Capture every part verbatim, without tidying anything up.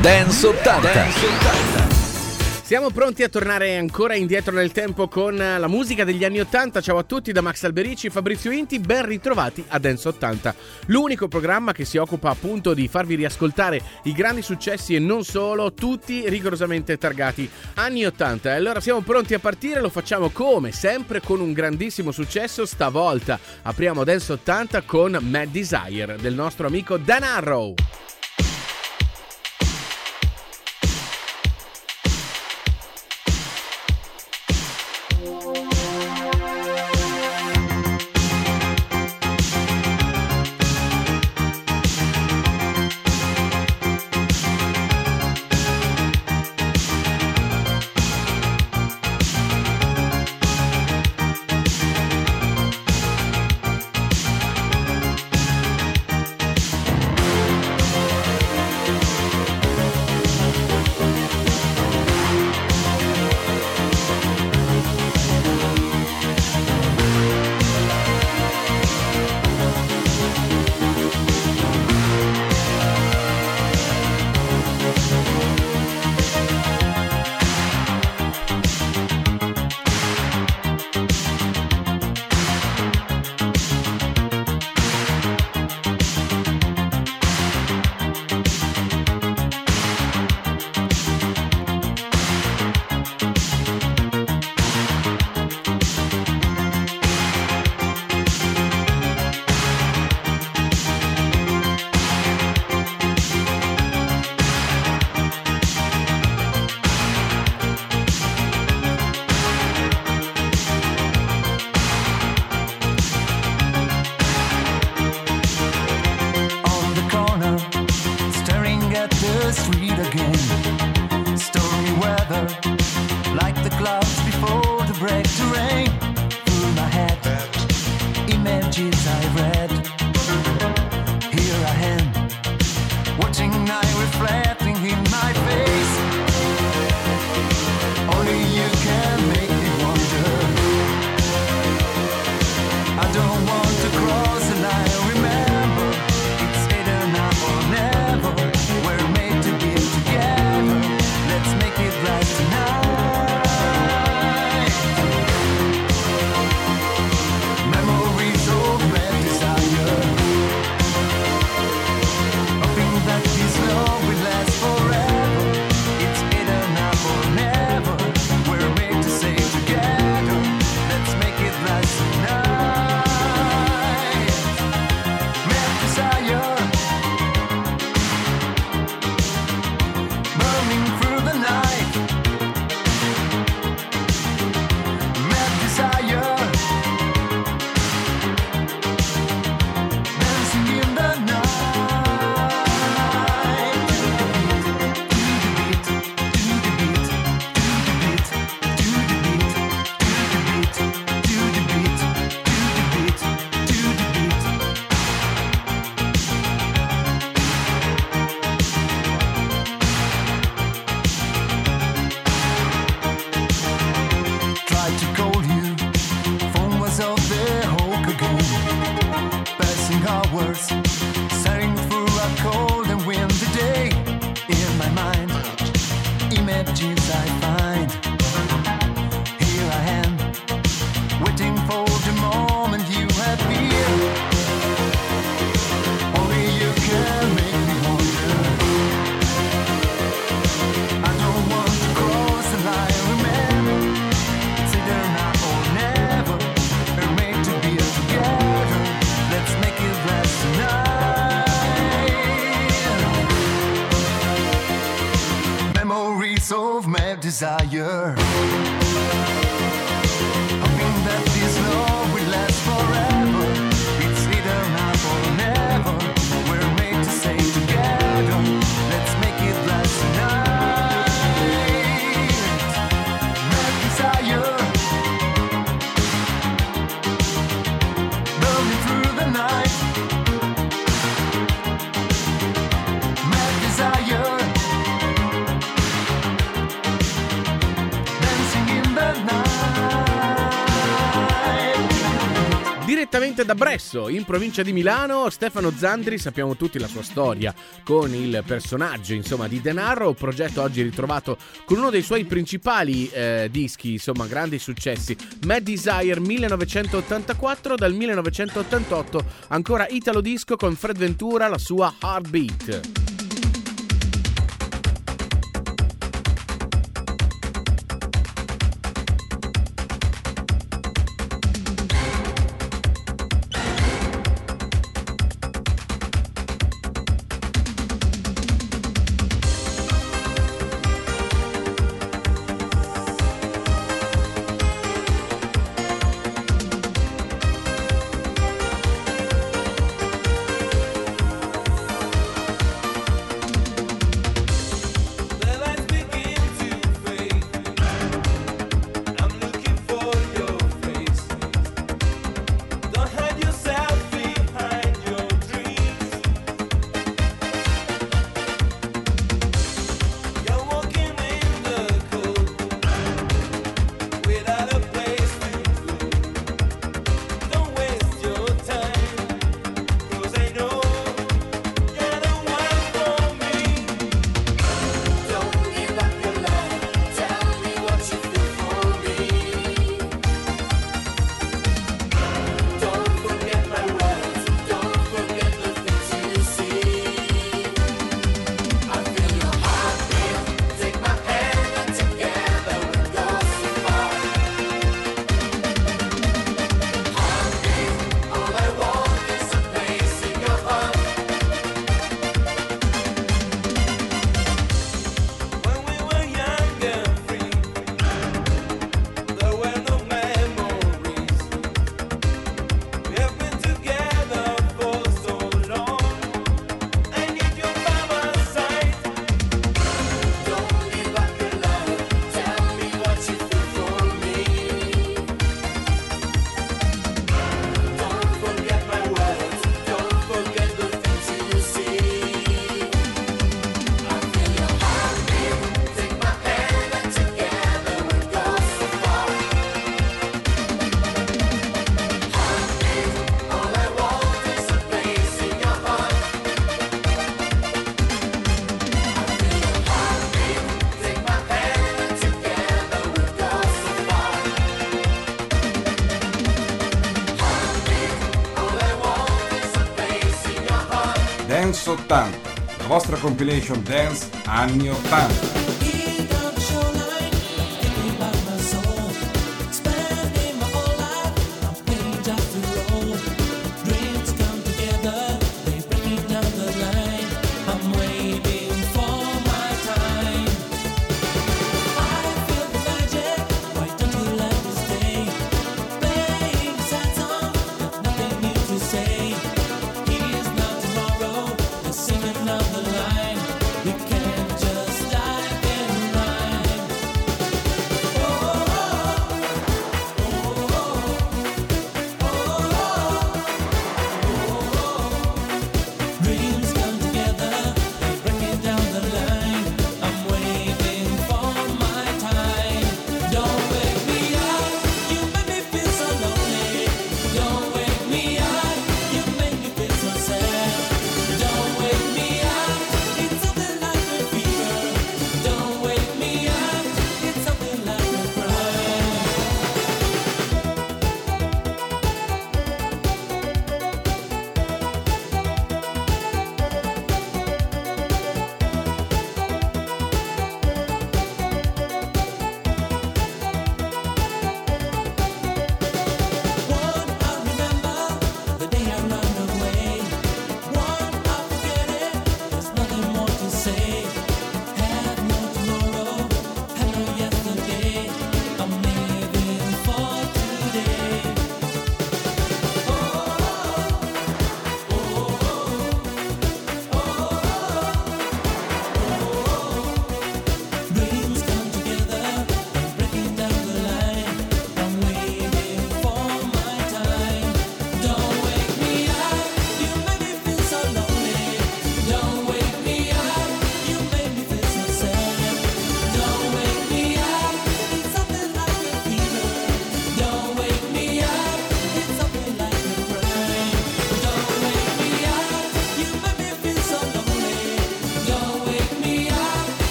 Dance ottanta. Dance ottanta. Siamo pronti a tornare ancora indietro nel tempo con la musica degli anni ottanta. Ciao a tutti da Max Alberici, Fabrizio Inti, ben ritrovati a Dance ottanta, l'unico programma che si occupa appunto di farvi riascoltare i grandi successi e non solo, tutti rigorosamente targati anni ottanta. E allora siamo pronti a partire, lo facciamo come sempre con un grandissimo successo. Stavolta apriamo Dance ottanta con Mad Desire del nostro amico Dan Arrow. Desire, hoping that this love will last forever. It's either now or never. We're made to stay together. Let's make it last tonight. Mad desire, burning through the night. Mad desire. Dancing in the night. Direttamente da Bresso, in provincia di Milano, Stefano Zandri, sappiamo tutti la sua storia con il personaggio, insomma, di Denaro, progetto oggi ritrovato con uno dei suoi principali eh, dischi, insomma, grandi successi, Mad Desire millenovecentottantaquattro, dal millenovecentottantotto ancora Italo Disco con Fred Ventura, la sua Heartbeat. Dance ottanta, la vostra compilation dance anni ottanta.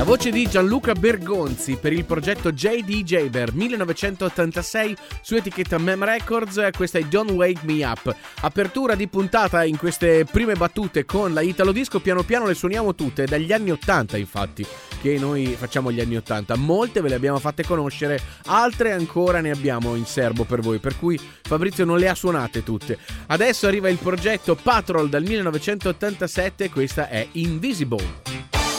voce di Gianluca Bergonzi per il progetto J D Jaber millenovecentottantasei su etichetta Mem Records. Questa è Don't Wake Me Up. Apertura di puntata in queste prime battute con la Italo Disco. Piano piano le suoniamo tutte, dagli anni ottanta infatti, che noi facciamo gli anni ottanta. Molte ve le abbiamo fatte conoscere, altre ancora ne abbiamo in serbo per voi, per cui Fabrizio non le ha suonate tutte. Adesso arriva il progetto Patrol dal millenovecentottantasette, questa è Invisible.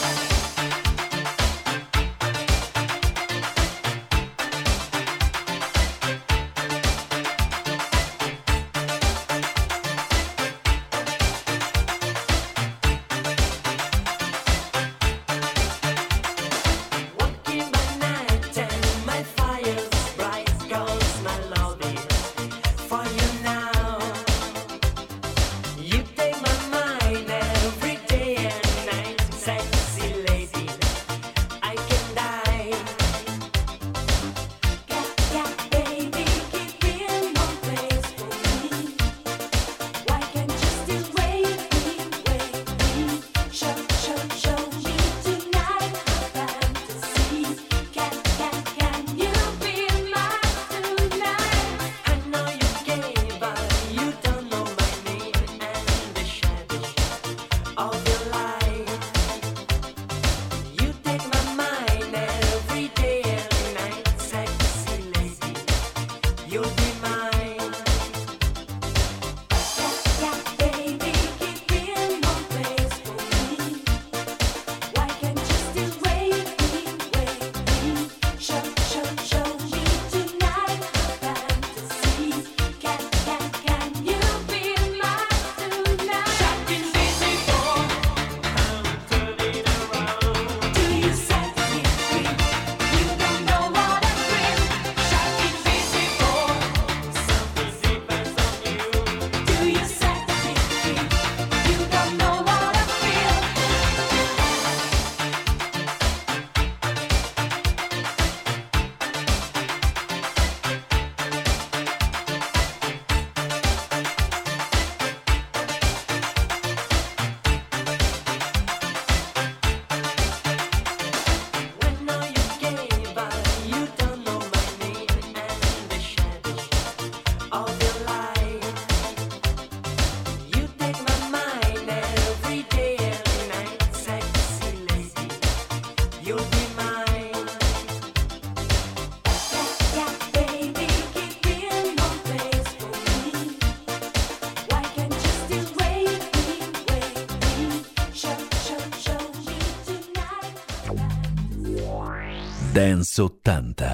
Dance ottanta.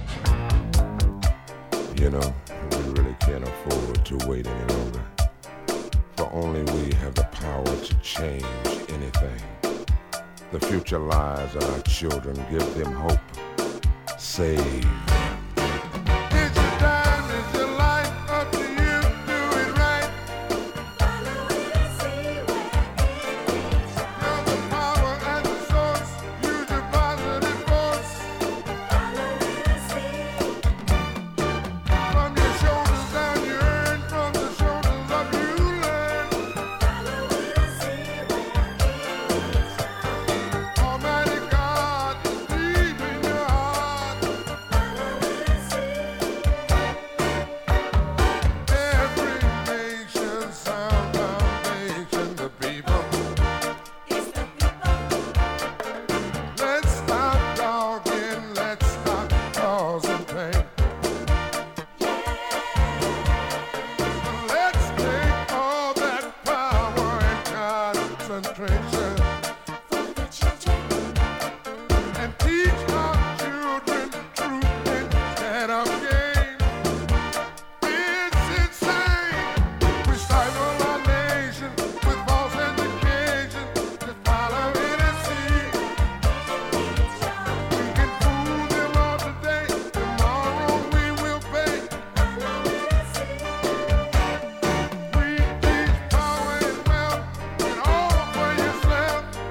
You know, we really can't afford to wait any longer. For only we have the power to change anything. The future lies in our children. Give them hope. Save them. It's your time, it's your life. Up to you, do it right. Follow it and see where it leads. You're the power and the source. Use your positive force. Follow it and see. From your shoulders down you earn. From the shoulders up you learn. Follow it and see where it leads. Almighty God, deep in your heart. Follow it and see. Every nation, sound foundation, the people. It's the people. Let's stop talking, let's stop causing pain. Let's take all that power and concentration for the children and teach our children truth instead of games. It's insane. We stifle our nation with false education. Just follow it and see. We can fool them all today. Tomorrow we will pay. We teach power and wealth and all for yourself.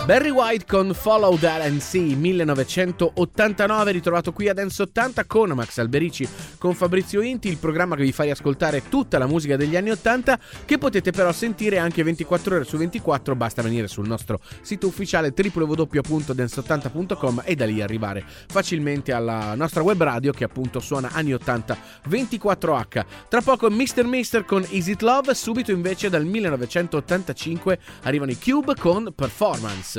Barry White con Follow That and See, millenovecentottantanove, ritrovato qui a Dance ottanta con Max Alberici, con Fabrizio Inti, il programma che vi fa riascoltare tutta la musica degli anni ottanta, che potete però sentire anche ventiquattro ore su ventiquattro, basta venire sul nostro sito ufficiale w w w punto dance ottanta punto com e da lì arrivare facilmente alla nostra web radio che appunto suona anni ottanta ventiquattro acca. Tra poco mister Mister con Is It Love, subito invece dal millenovecentottantacinque arrivano i Cube con Performance.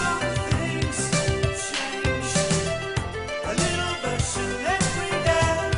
A little version every day.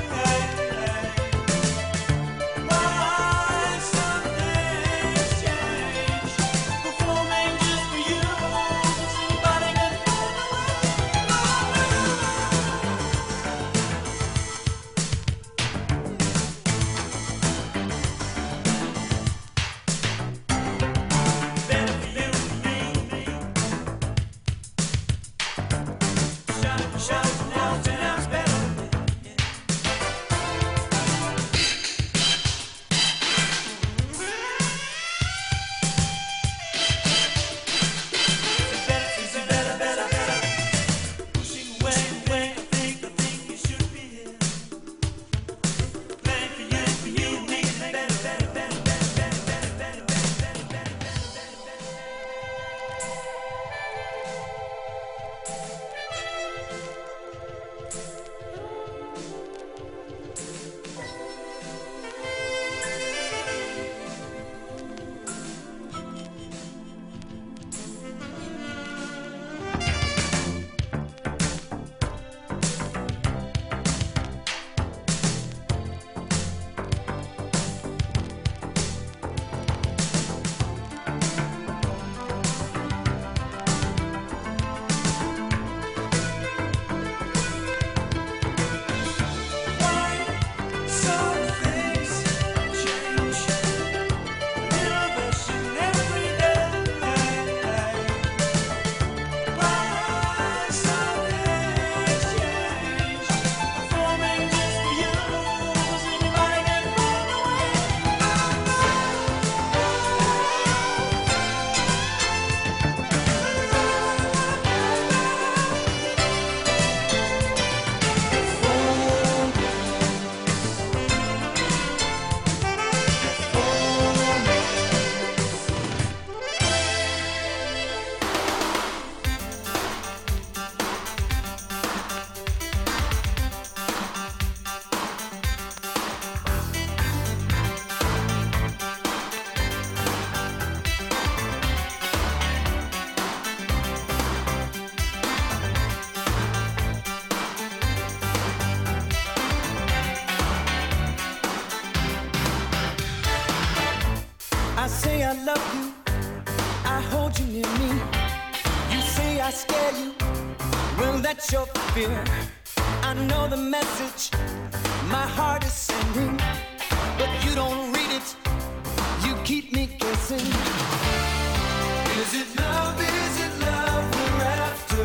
I love you, I hold you near me. You say I scare you, well that's your fear. I know the message my heart is sending, but you don't read it, you keep me guessing. Is it love, is it love we're after?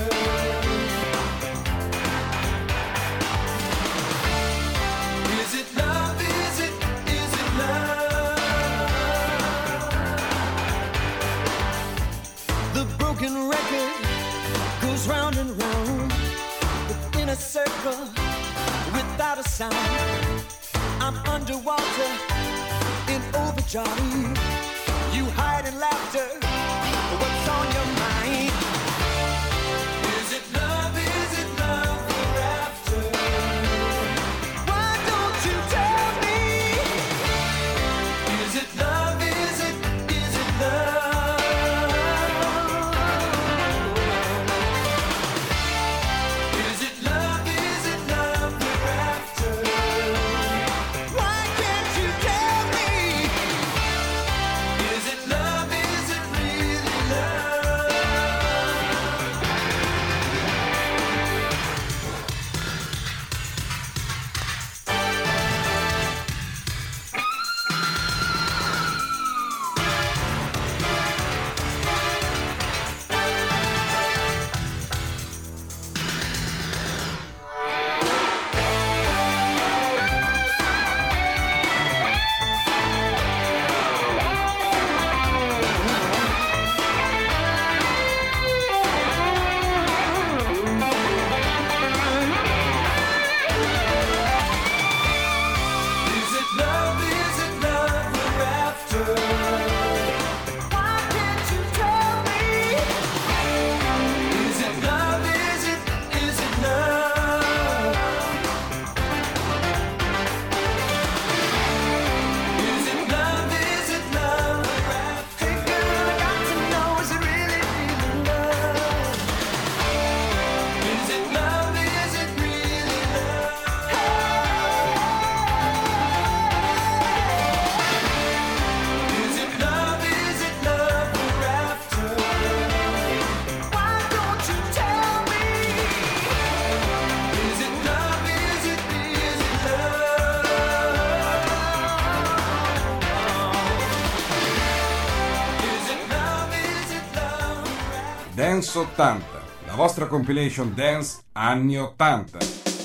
Is it love, is it, is it love? The broken record goes round and round within a circle without a sound. I'm underwater in overjoy. You hide in laughter. What's on your mind? Is it love? Is it love we're after? Why don't you tell me? Is it love? Is it, is it love? Is it love? Is it love we're after? Why can't you tell me? Is it love? Is it really love? Is it love? Is it love we're after? Why can't you tell me? Is it love? Is it, is it love? Is it love? Is it love we're after? Hey girl, I got to know, is it really, really love? Is it love? Is it really love? Is it love? Is it love we're after? Why don't you tell me? Is it love? Is it, is it love? Is it love? Is it love? Dance ottanta, la vostra compilation dance anni ottanta.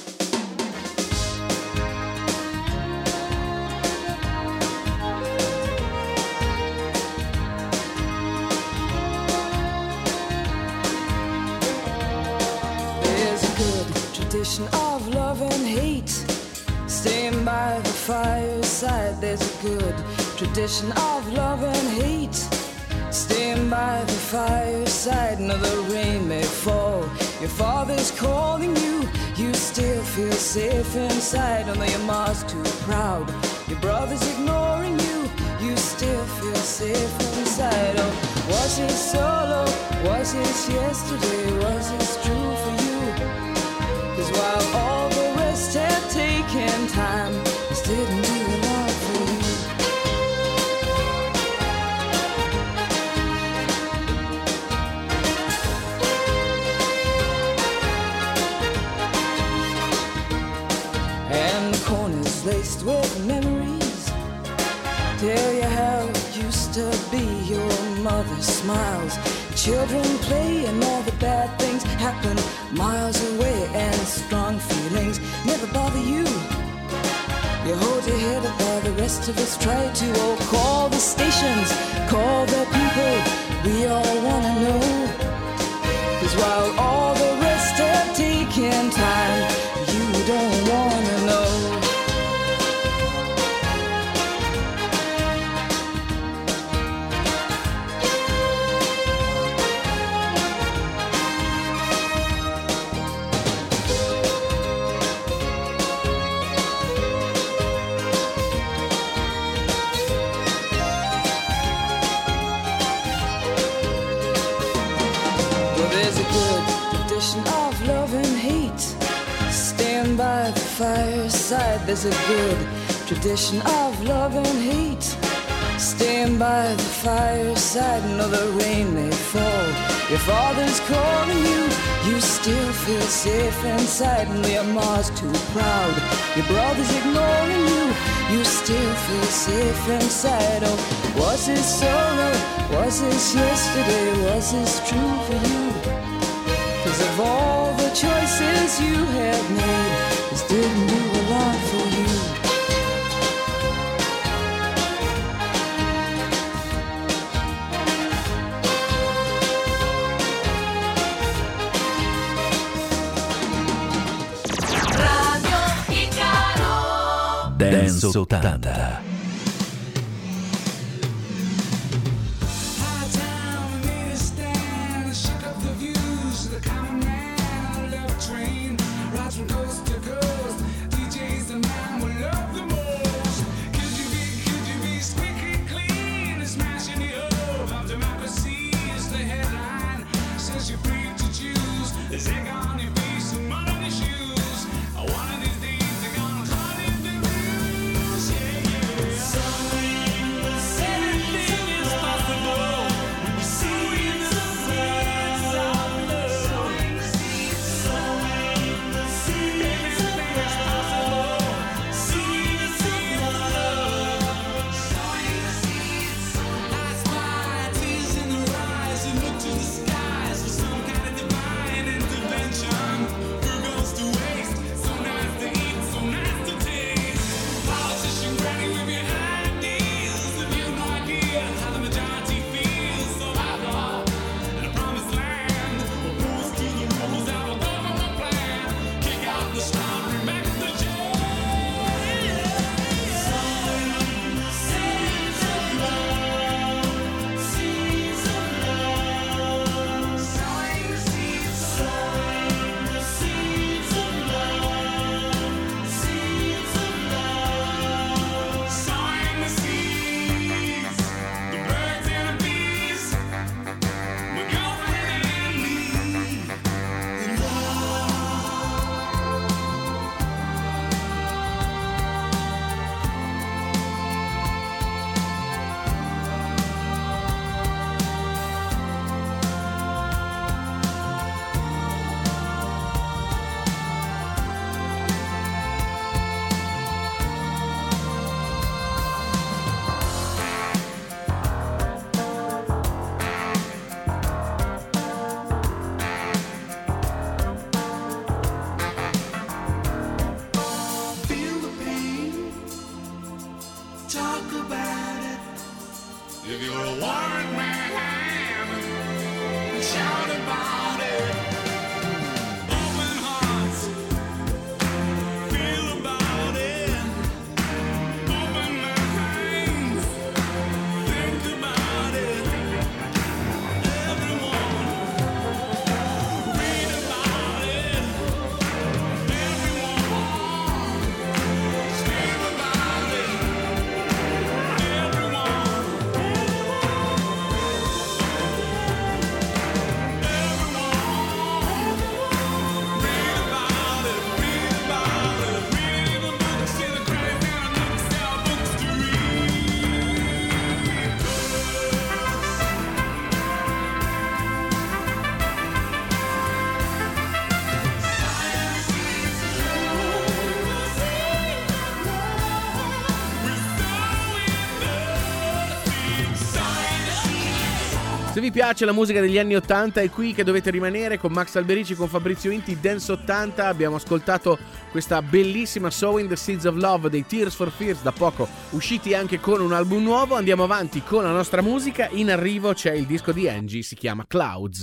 There's a good tradition of love and hate. Staying by the fireside. There's a good tradition of love and hate. Staying by the fireside. Now the rain may fall. Your father's calling you. You still feel safe inside. Although your mom's too proud. Your brother's ignoring you. You still feel safe inside. Oh, was it solo? Was it yesterday? Was it true for you? 'Cause while all the rest had taken time, this didn't do a lot for you. And corners laced with memories tell you how it used to be. Your mother smiles, children play, and all the bad things happen miles away. And strong feelings never bother you. You hold your head up while the rest of us try to. Oh, call the stations, call the people, we all wanna know. 'Cause while all the rest have taken time, you don't wanna know. Of love and hate, stand by the fireside. There's a good tradition of love and hate. staying by the fireside. No, the rain may fall, your father's calling you, you still feel safe inside. No, your mom's too proud, your brother's ignoring you, you still feel safe inside. Oh, was this sorrow, was this yesterday, was this true for you? 'Cause of all the choices you have made, this didn't do a lot for you. Dance ottanta. Se vi piace la musica degli anni ottanta è qui che dovete rimanere. Con Max Alberici, con Fabrizio Inti, Dance ottanta. Abbiamo ascoltato questa bellissima Sowing the Seeds of Love dei Tears for Fears, da poco usciti anche con un album nuovo. Andiamo avanti con la nostra musica. In arrivo c'è il disco di Angie, si chiama Clouds.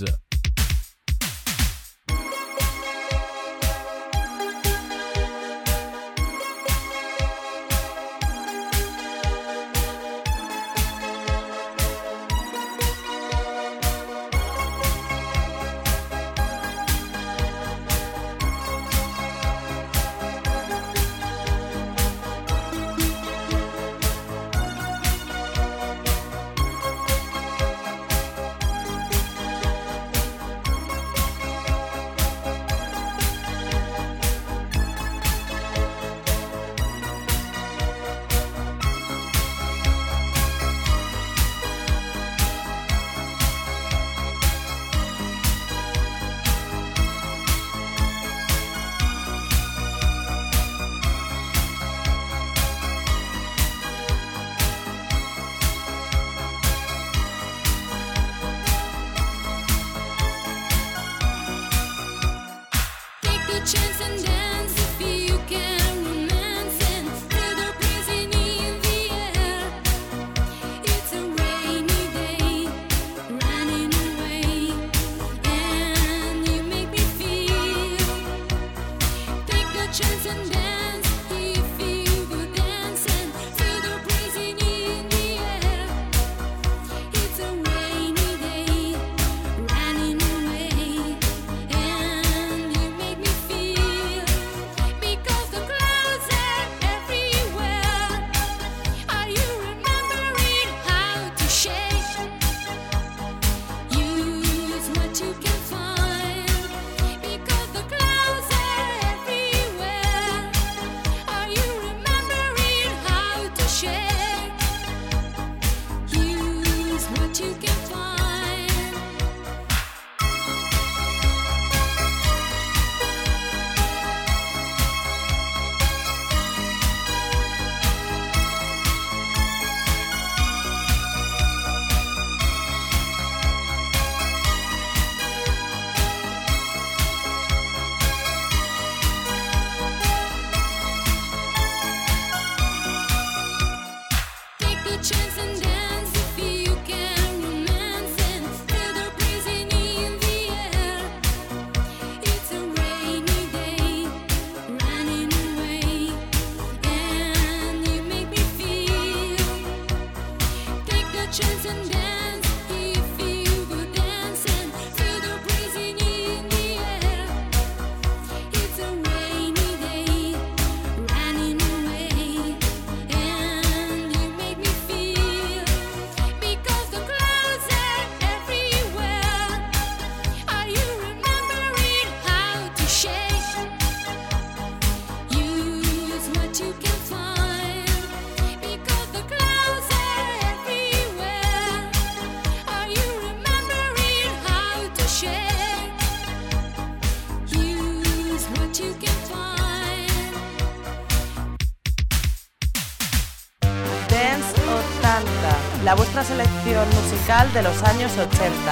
la vuestra selección musical de los años ochenta.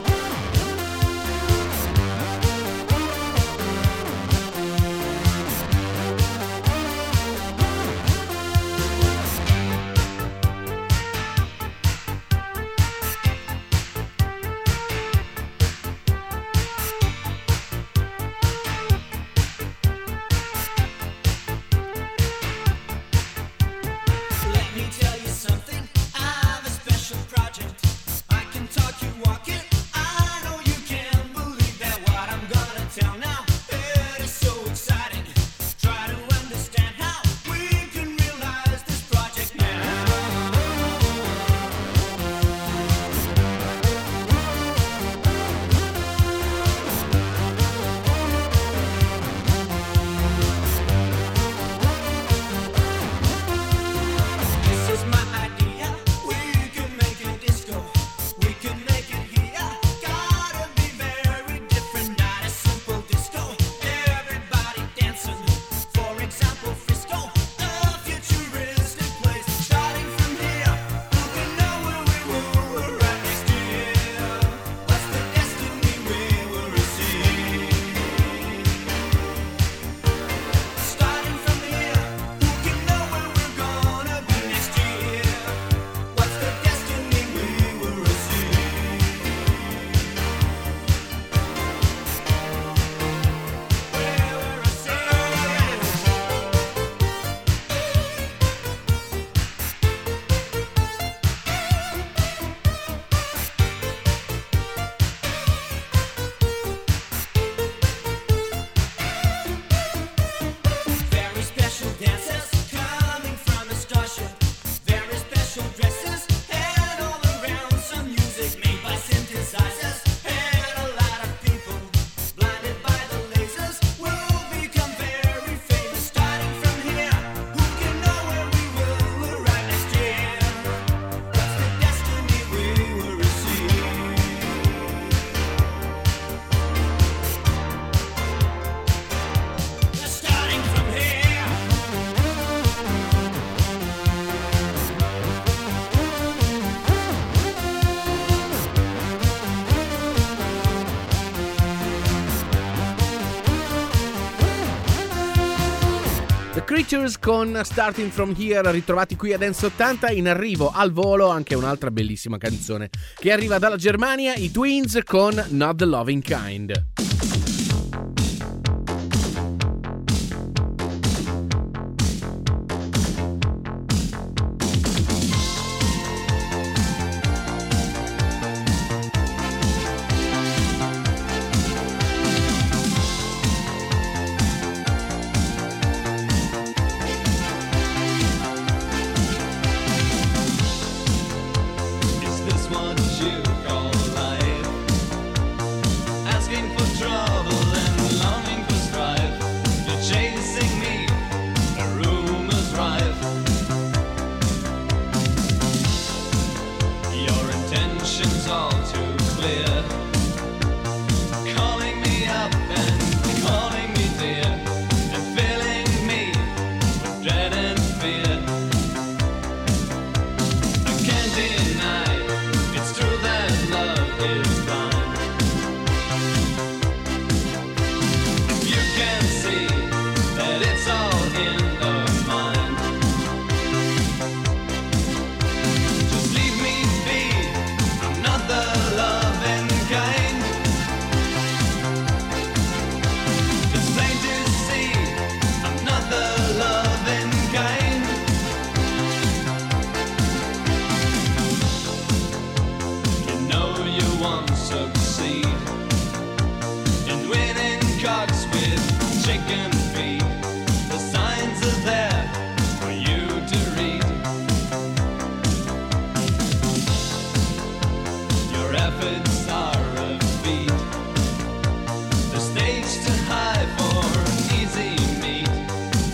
Creatures con Starting From Here, ritrovati qui a Dance ottanta. In arrivo al volo anche un'altra bellissima canzone che arriva dalla Germania, i Twins con Not the Loving Kind.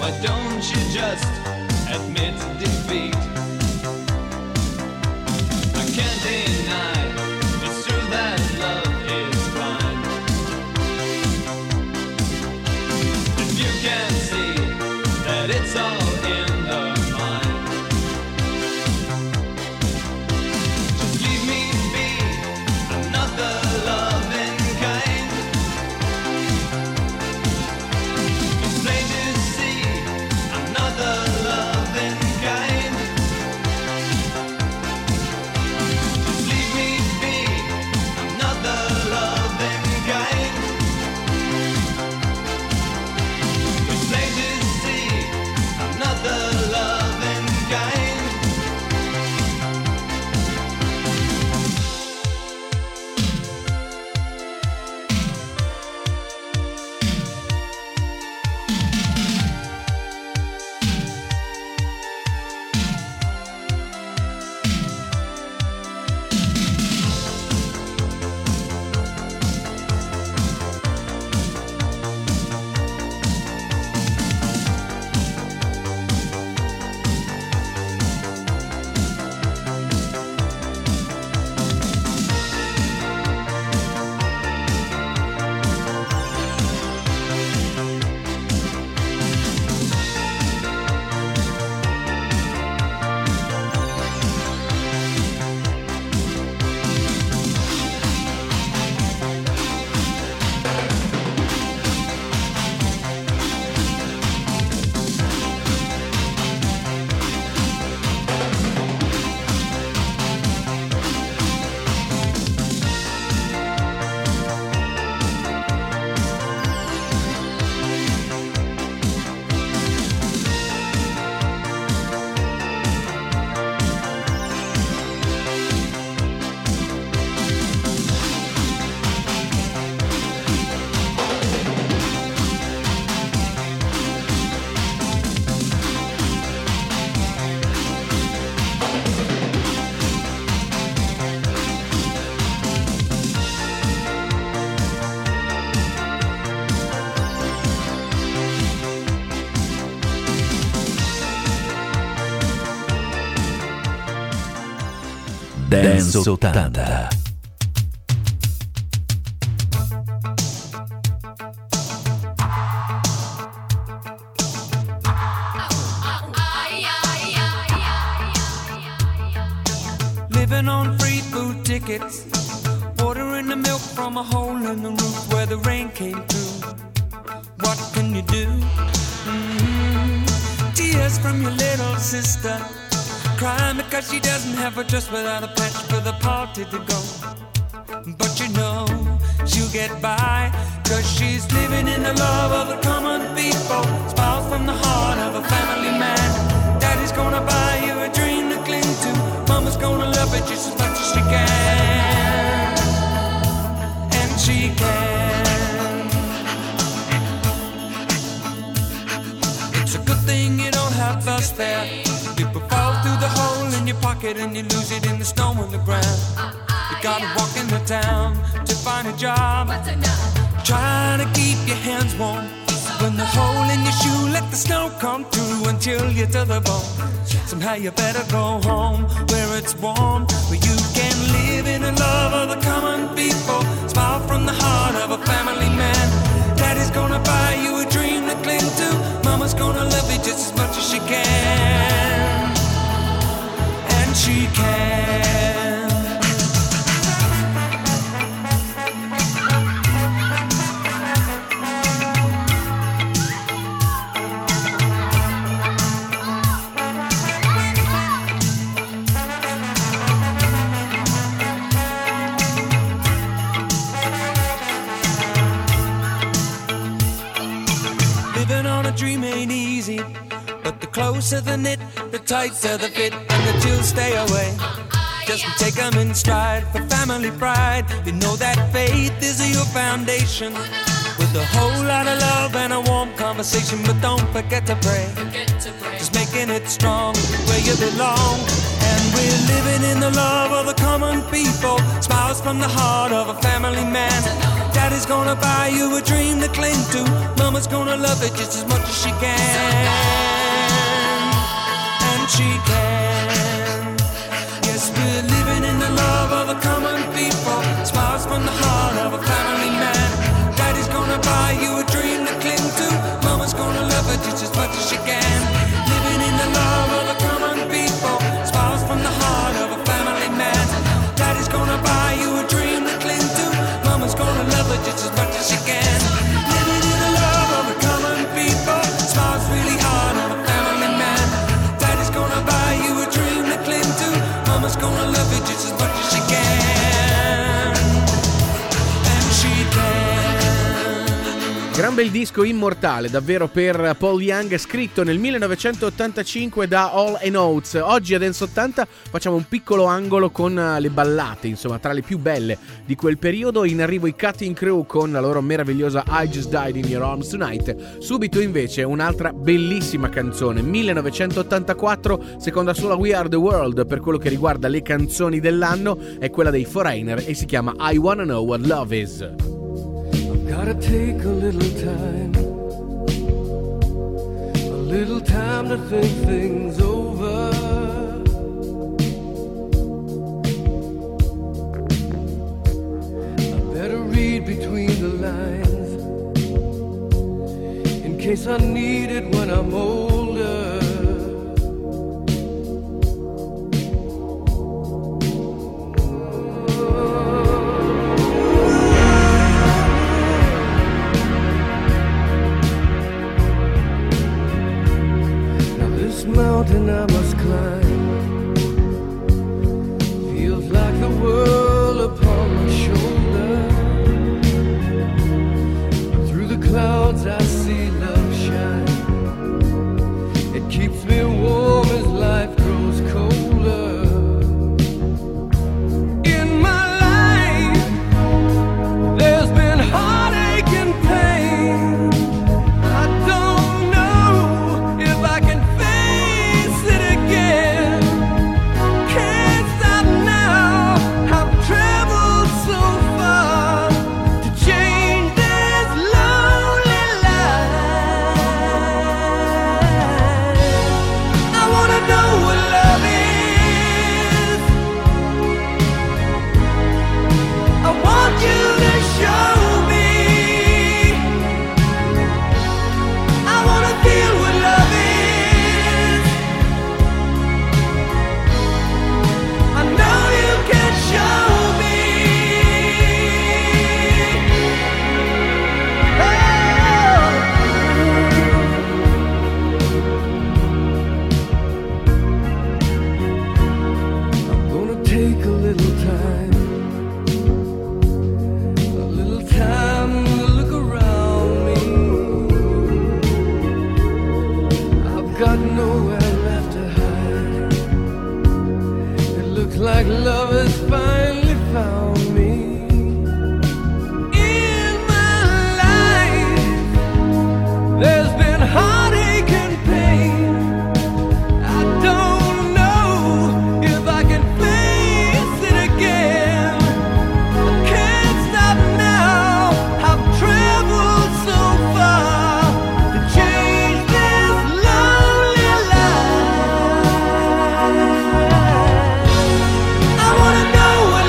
Why don't you just admit defeat? I can't deny it's true that love is blind. If you can see that it's all in the mind, just leave me be, another loving kind. It's plain to see, another loving kind. Just leave me be, another loving kind. It's plain to see, another loving kind. Dance ottanta. Living on free food tickets, watering the milk from a hole in the roof where the rain came through. What can you do? Mm-hmm. Tears from your little sister, crying because she doesn't have a dress without a patch for the party to go. But you know she'll get by, cause she's living in the love of the common people. Smiles from the heart of a family man. Daddy's gonna buy you a dream to cling to. Mama's gonna love it just as much as she can. And she can. It's a good thing you don't have us there. People fall through the hole in your pocket and you lose it in the snow on the ground. You gotta walk in the town to find a job, trying to keep your hands warm. When the hole in your shoe, let the snow come through and chill you to the bone. Somehow you better go home where it's warm, where you can live in the love of the common people. Smile from the heart of a family man. Daddy's gonna buy you a dream to cling to. Mama's gonna love you just as much as she can. And she can. Dream ain't easy, but the closer the knit, the tighter the fit, and the chills stay away. Just take them in stride for family pride. You know that faith is your foundation, with a whole lot of love and a warm conversation. But don't forget to pray, just making it strong where you belong. And we're living in the love of the common people. Smiles from the heart of a family man. Daddy's gonna buy you a dream to cling to. Mama's gonna love it just as much as she can. she can. Yes, we're living in the love of the common people. Smiles from the heart of a family man. Daddy's gonna buy you a dream to cling to. Mama's gonna love her just as much as she can. Living in the love of the common people. Smiles from the heart of a family man. Daddy's gonna buy you a dream to cling to. Mama's gonna love her just as much as she can. Living in the love of the common people. Smiles really hard on a family man. Daddy's gonna buy you a dream to cling to. Mama's gonna love you just as much as she can. And she can. Gran bel disco immortale davvero per Paul Young, scritto nel millenovecentottantacinque da Hall and Oates. Oggi a Dance ottanta facciamo un piccolo angolo con le ballate, insomma tra le più belle di quel periodo. In arrivo i Cutting Crew con la loro meravigliosa I Just Died in Your Arms Tonight. Subito invece un'altra bellissima canzone, millenovecentottantaquattro, seconda solo a We Are The World per quello che riguarda le canzoni dell'anno, è quella dei Foreigner e si chiama I Wanna Know What Love Is. Gotta take a little time, a little time to think things over. I better read between the lines, in case I need it when I'm older. Mountain I must climb, feels like the world upon my shoulder. Through the clouds I see love shine. It keeps me warm as life grows colder. In my life there's been heartache and pain. I don't know if I can like love has finally found me. In my life there's been heartache and pain. I don't know if I can face it again. I can't stop now, I've traveled so far to change this lonely life. I wanna know what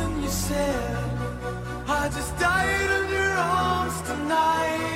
something you said. I just died in your arms tonight.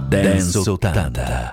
Dance ottanta.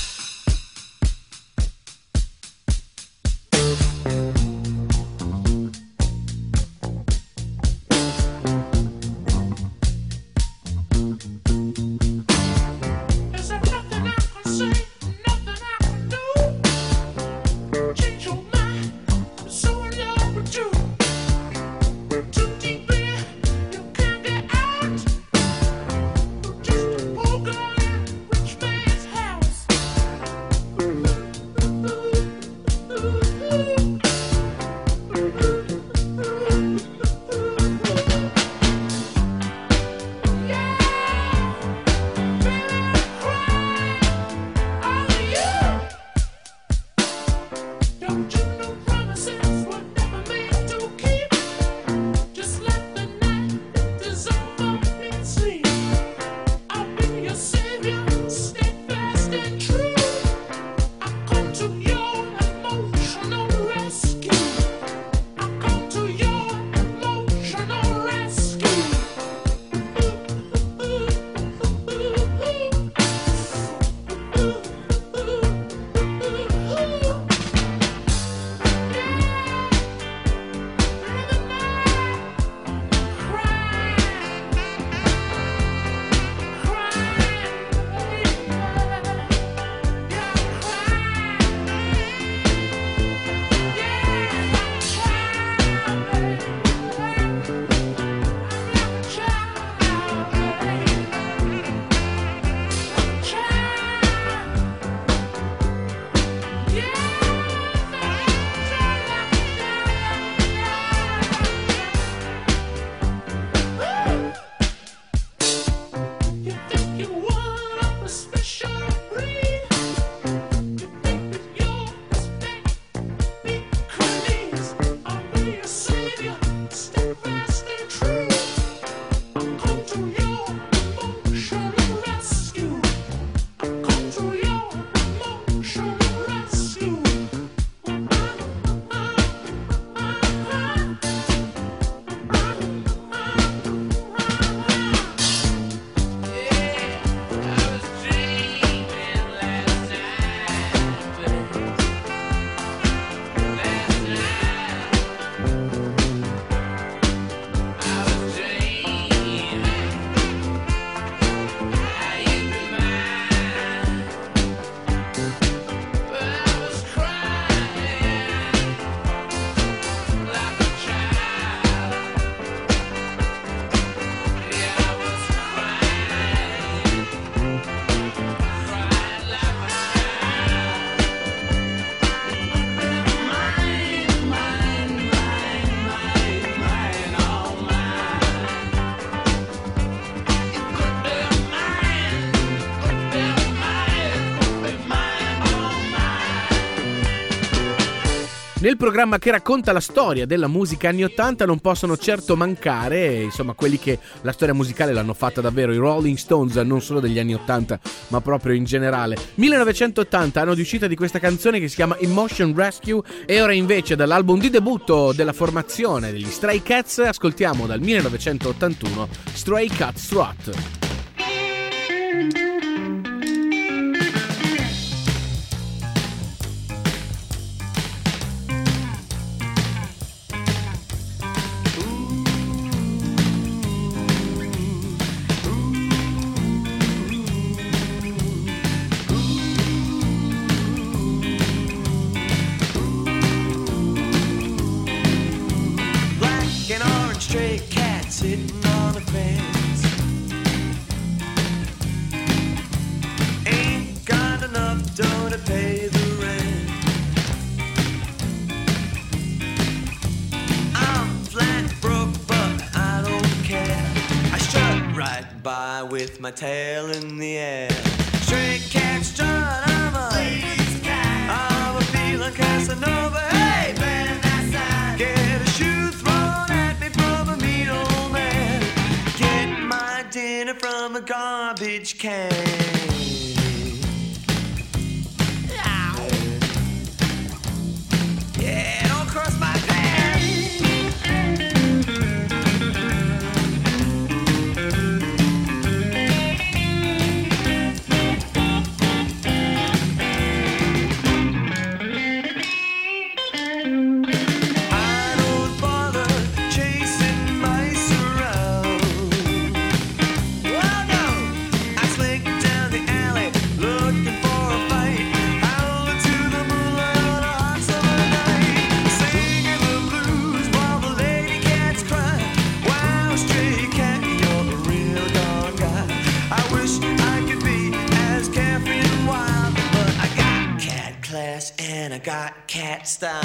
Nel programma che racconta la storia della musica anni ottanta non possono certo mancare, insomma, quelli che la storia musicale l'hanno fatta davvero, i Rolling Stones, non solo degli anni ottanta, ma proprio in generale. millenovecentottanta, anno di uscita di questa canzone che si chiama Emotion Rescue, e ora invece dall'album di debutto della formazione degli Stray Cats ascoltiamo dal millenovecentottantuno Stray Cat Strut. Stray cat sitting on a fence. Ain't got enough dough to pay the rent. I'm flat broke, but I don't care. I strut right by with my tail in the air. Stray cat strut, I'm a ladies' cat. I'm a feeling Casanova. Hey, man, that's that. Get a shoe thrown at me from a mean old man. Get my dinner from a garbage can. Yeah, don't cross my path. and I got cat style.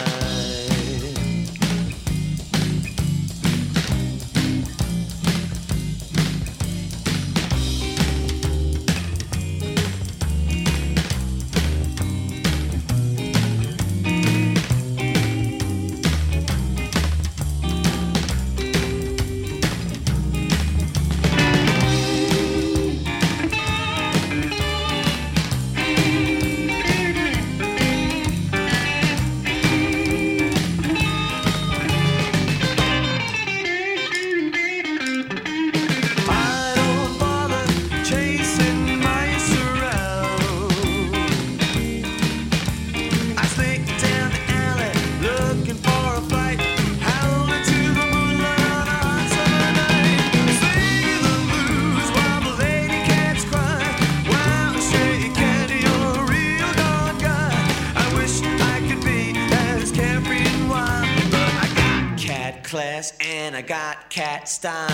Class and I got cat style.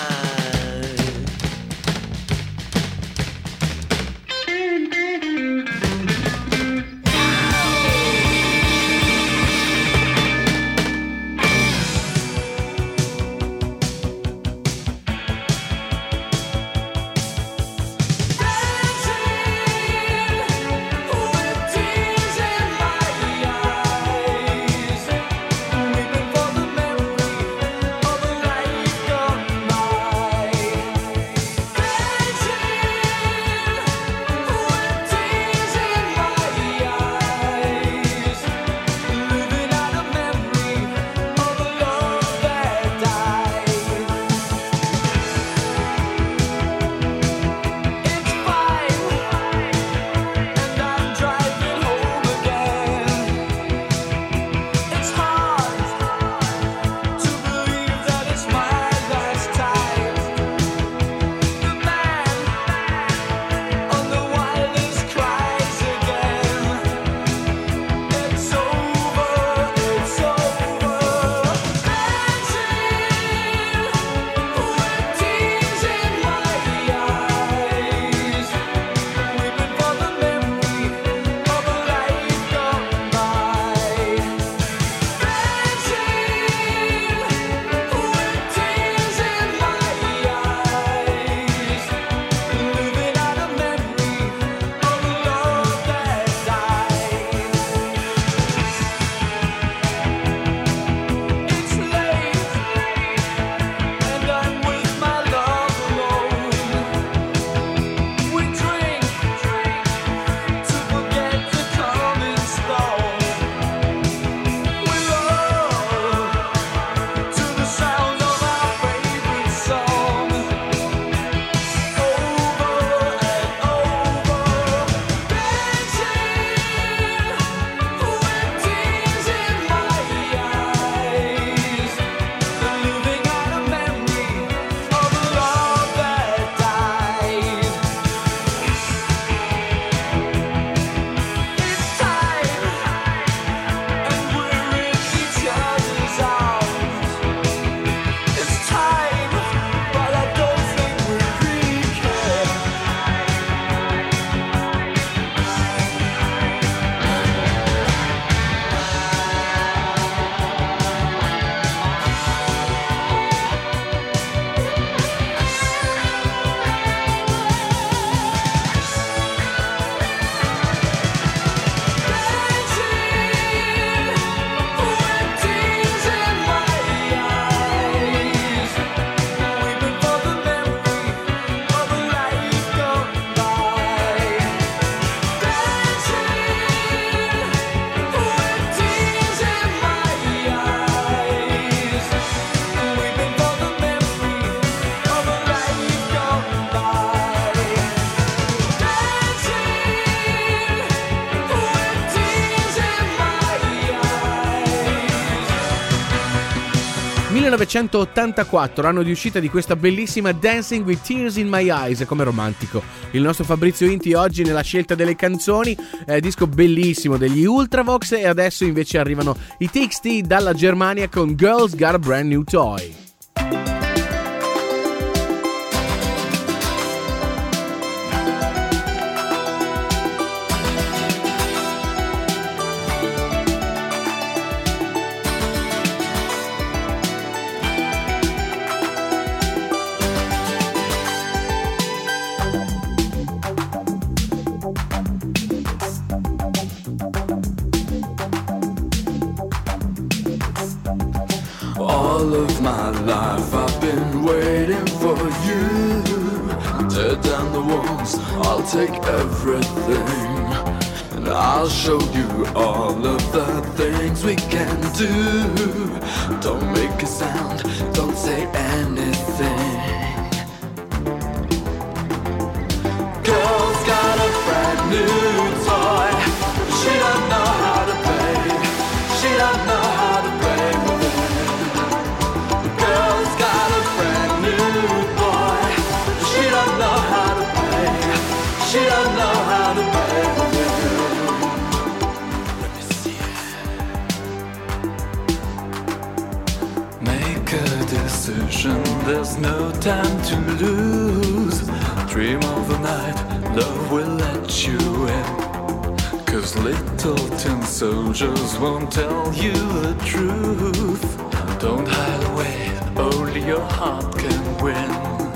millenovecentottantaquattro, anno di uscita di questa bellissima Dancing with Tears in My Eyes. Come romantico il nostro Fabrizio Inti oggi nella scelta delle canzoni, eh, disco bellissimo degli Ultravox. E adesso invece arrivano i T X T dalla Germania con Girls Got a Brand New Toy. my life, I've been waiting for you. Tear down the walls, I'll take everything, and I'll show you all of the things we can do. Don't make a sound, don't say anything. Girl's got a brand new toy. She don't know how to play. She don't know how to play with it. Girl's got a brand new boy. She don't know how to play. She don't know how to play with it. Let me see it. Make a decision. There's no time to lose. Dream of the night, love will let you in. 'Cause little tin soldiers won't tell you the truth. Don't hide away, only your heart can win.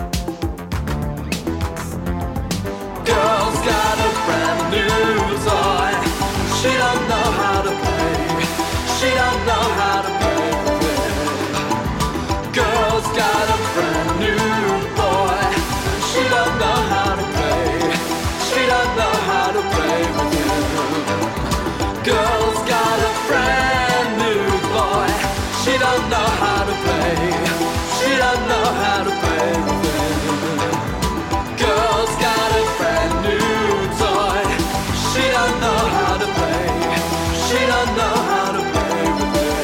Girl's got a brand new toy. She don't know how to play. She don't know how to play with it. Girl's got a brand new boy. She don't know how to play. She don't know how to play with it. Girl's got a brand new boy. She don't know how to play. She don't know how to play with it. Girl's got a brand new toy. She don't know how to play. She don't know how to play with it.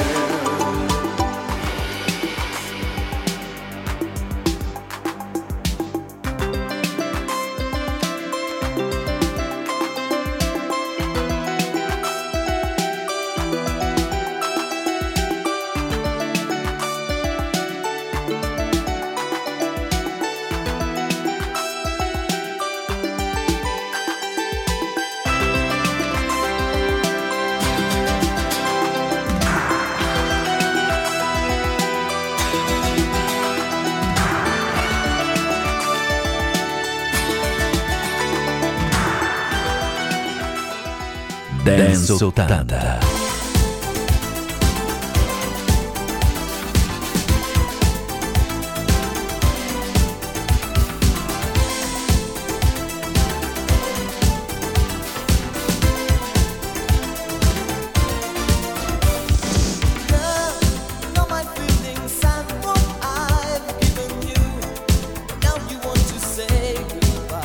Dance ottanta.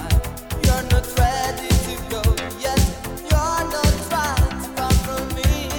You're not ready to go yet. You're not right far from me.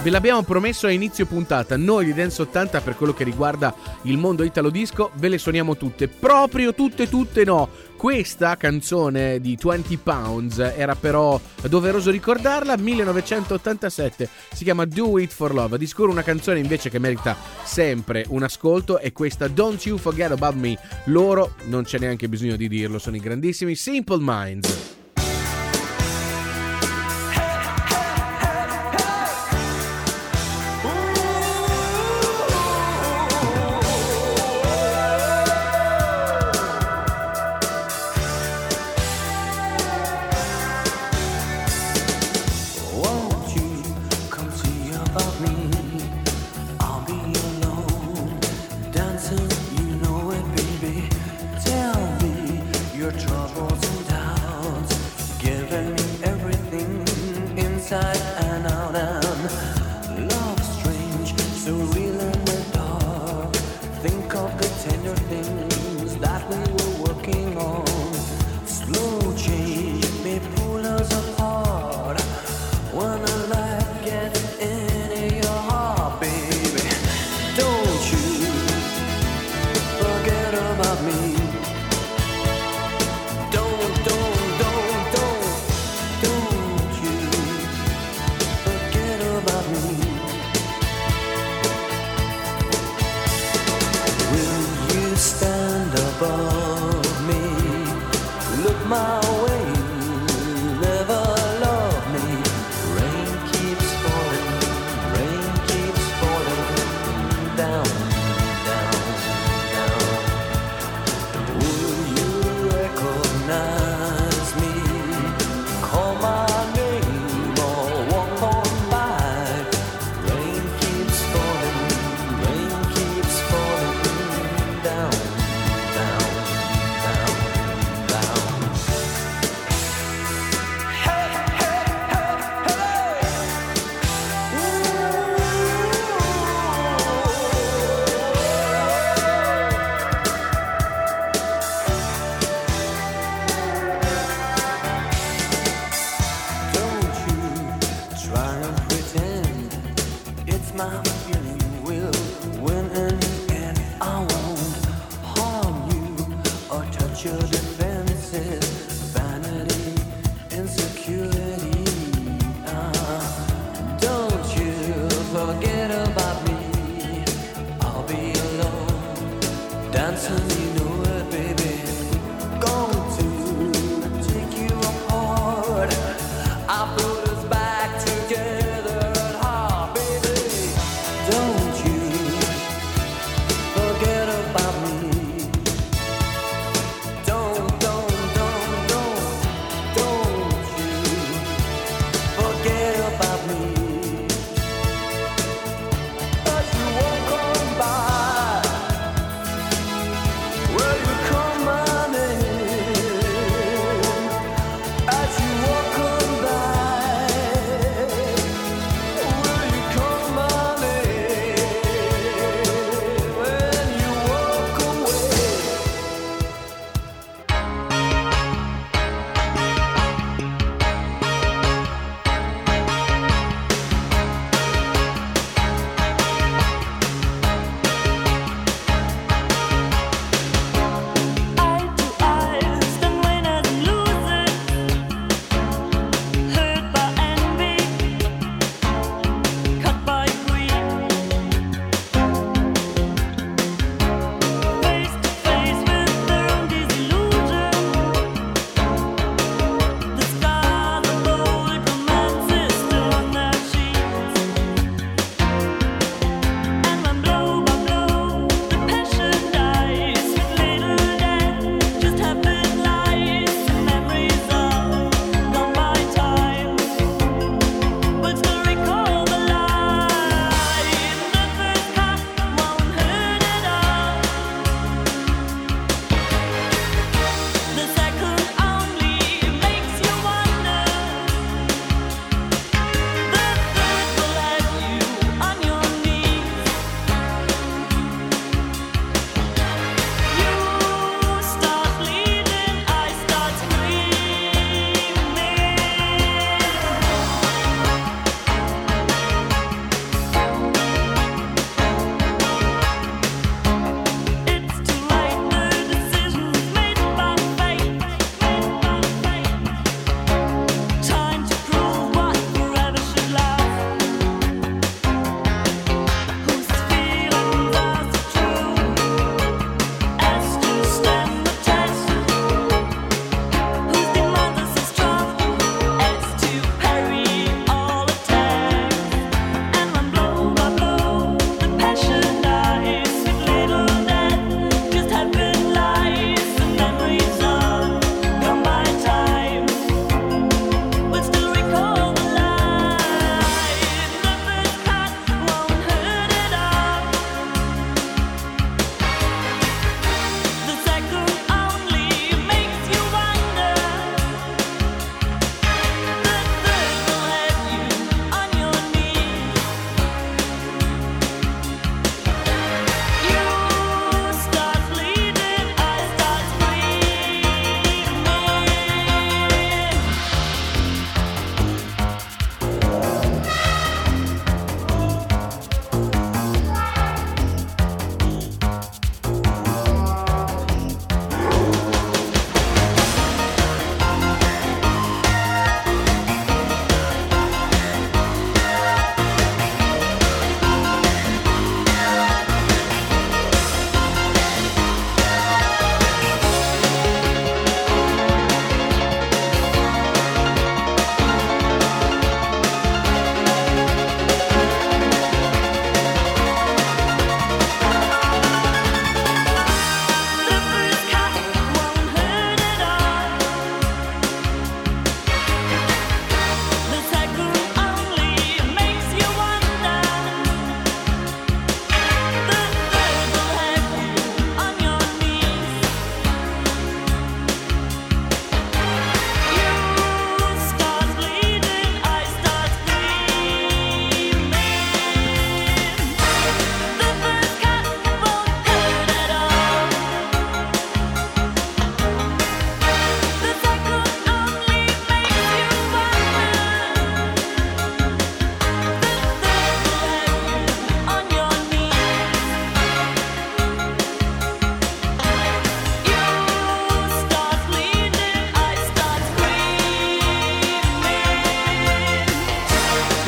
Ve l'abbiamo promesso a inizio puntata, noi di Dance ottanta per quello che riguarda il mondo italo disco ve le suoniamo tutte, proprio tutte tutte no. Questa canzone di venti Pounds era però doveroso ricordarla, millenovecentottantasette, si chiama Do It For Love, di sicuro una canzone invece che merita sempre un ascolto è questa Don't You Forget About Me. Loro, non c'è neanche bisogno di dirlo, sono i grandissimi Simple Minds.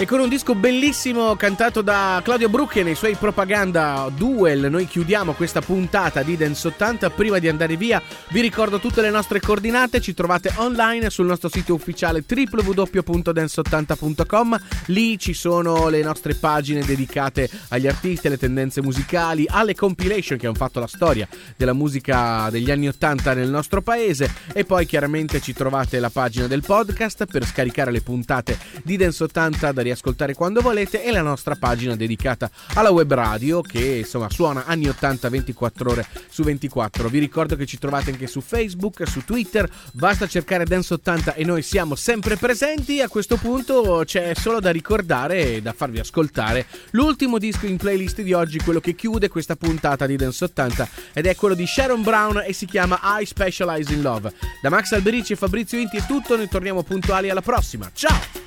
con un disco bellissimo cantato da Claudio Brucchi nei suoi Propaganda Duel noi chiudiamo questa puntata di Dance ottanta. Prima di andare via vi ricordo tutte le nostre coordinate, ci trovate online sul nostro sito ufficiale w w w punto dance ottanta punto com. Lì ci sono le nostre pagine dedicate agli artisti, alle tendenze musicali, alle compilation che hanno fatto la storia della musica degli anni ottanta nel nostro paese, e poi chiaramente ci trovate la pagina del podcast per scaricare le puntate di Dance ottanta da riascoltare quando volete, e la nostra pagina dedicata alla web radio che insomma suona anni ottanta ventiquattro ore su ventiquattro. Vi ricordo che ci trovate anche su Facebook, su Twitter, basta cercare Dance ottanta e noi siamo sempre presenti. A questo punto c'è solo da ricordare e da farvi ascoltare l'ultimo disco in playlist di oggi, quello che chiude questa puntata di Dance ottanta, ed è quello di Sharon Brown e si chiama I Specialize in Love. Da Max Alberici e Fabrizio Inti è tutto, noi torniamo puntuali alla prossima, ciao!